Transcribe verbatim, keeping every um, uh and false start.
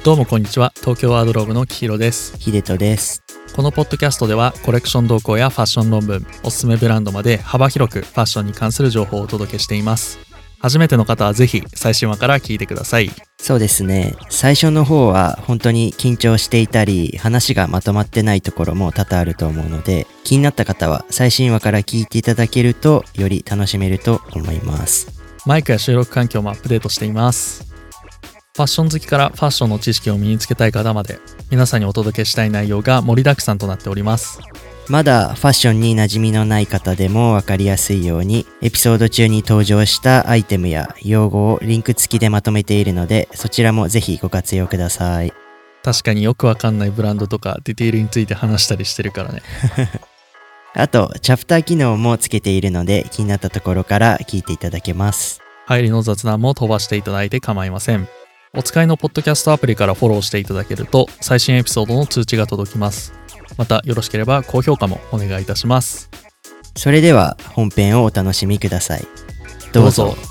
どうもこんにちは。東京ワードローブのきひろです。 秀人です。 このポッドキャストではコレクション動向やファッション論文、おすすめブランドまで幅広くファッションに関する情報をお届けしています。初めての方はぜひ最新話から聞いてください。 そうですね、最初の方は本当に緊張していたり話がまとまってないところも多々あると思うので、気になった方は最新話から聞いていただけるとより楽しめると思います。 マイクや収録環境もアップデートしています。ファッション好きからファッションの知識を身につけたい方まで、皆さんにお届けしたい内容が盛りだくさんとなっております。 まだファッションに馴染みのない方でも分かりやすいように、エピソード中に登場したアイテムや用語をリンク付きでまとめているので、そちらもぜひご活用ください。 確かによくわかんないブランドとかディティールについて話したりしてるからねあとチャプター機能もつけているので、気になったところから聞いていただけます。 入りの雑談も飛ばしていただいて構いません。お使いのポッドキャストアプリからフォローしていただけると最新エピソードの通知が届きます。またよろしければ高評価もお願いいたします。 それでは本編をお楽しみください。どうぞ。 どうぞ。